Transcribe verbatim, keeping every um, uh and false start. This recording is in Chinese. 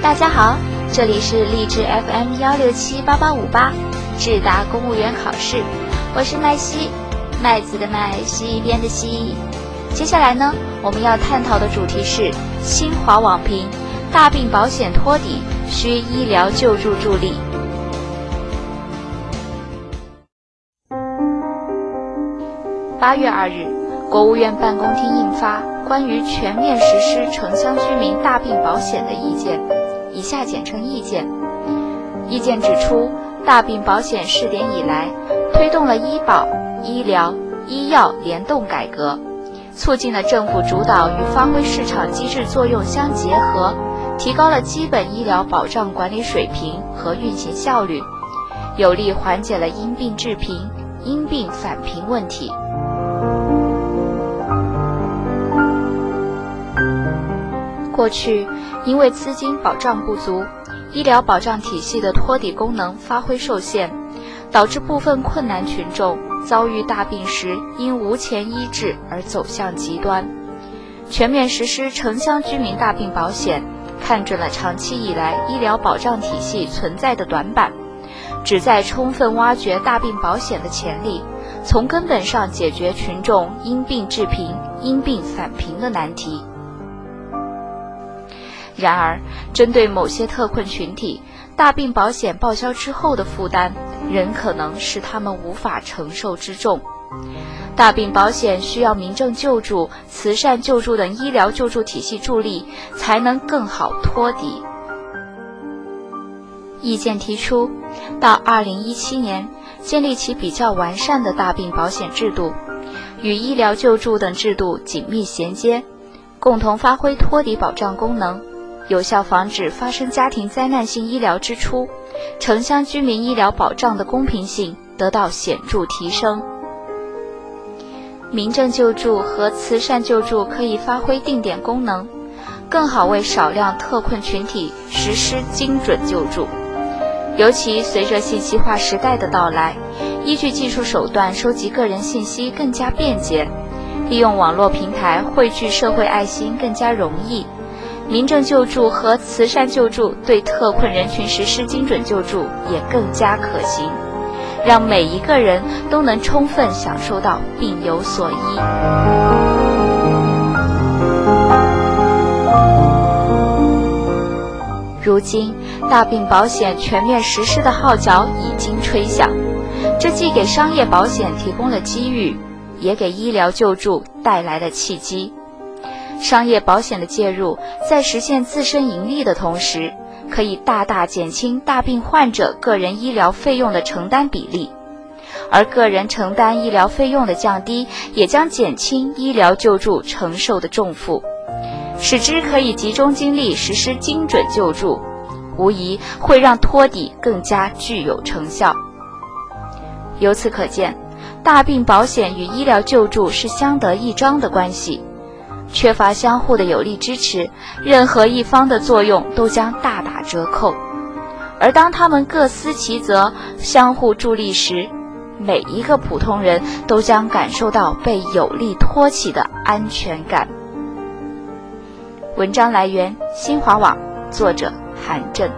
大家好，这里是励志 F M 幺六七八八五八，智达公务员考试，我是麦西，麦子的麦，西一边的西。接下来呢，我们要探讨的主题是新华网评：大病保险托底需医疗救助助力。八月二日，国务院办公厅印发关于全面实施城乡居民大病保险的意见，以下简称意见。意见指出，大病保险试点以来，推动了医保、医疗、医药联动改革，促进了政府主导与发挥市场机制作用相结合，提高了基本医疗保障管理水平和运行效率，有力缓解了因病致贫、因病返贫问题。过去，因为资金保障不足，医疗保障体系的托底功能发挥受限，导致部分困难群众遭遇大病时因无钱医治而走向极端。全面实施城乡居民大病保险，看准了长期以来医疗保障体系存在的短板，旨在充分挖掘大病保险的潜力，从根本上解决群众因病致贫、因病返贫的难题。然而，针对某些特困群体，大病保险报销之后的负担仍可能是他们无法承受之重。大病保险需要民政救助、慈善救助等医疗救助体系助力，才能更好托底。意见提出，到二零一七年建立起比较完善的大病保险制度，与医疗救助等制度紧密衔接，共同发挥托底保障功能，有效防止发生家庭灾难性医疗支出，城乡居民医疗保障的公平性得到显著提升。民政救助和慈善救助可以发挥定点功能，更好为少量特困群体实施精准救助。尤其随着信息化时代的到来，依据技术手段收集个人信息更加便捷，利用网络平台汇聚社会爱心更加容易。民政救助和慈善救助对特困人群实施精准救助也更加可行，让每一个人都能充分享受到病有所依。如今，大病保险全面实施的号角已经吹响，这既给商业保险提供了机遇，也给医疗救助带来了契机。商业保险的介入，在实现自身盈利的同时，可以大大减轻大病患者个人医疗费用的承担比例，而个人承担医疗费用的降低，也将减轻医疗救助承受的重负，使之可以集中精力实施精准救助，无疑会让托底更加具有成效。由此可见，大病保险与医疗救助是相得益彰的关系，缺乏相互的有力支持，任何一方的作用都将大打折扣。而当他们各司其责，相互助力时，每一个普通人都将感受到被有力托起的安全感。文章来源：新华网，作者：韩正。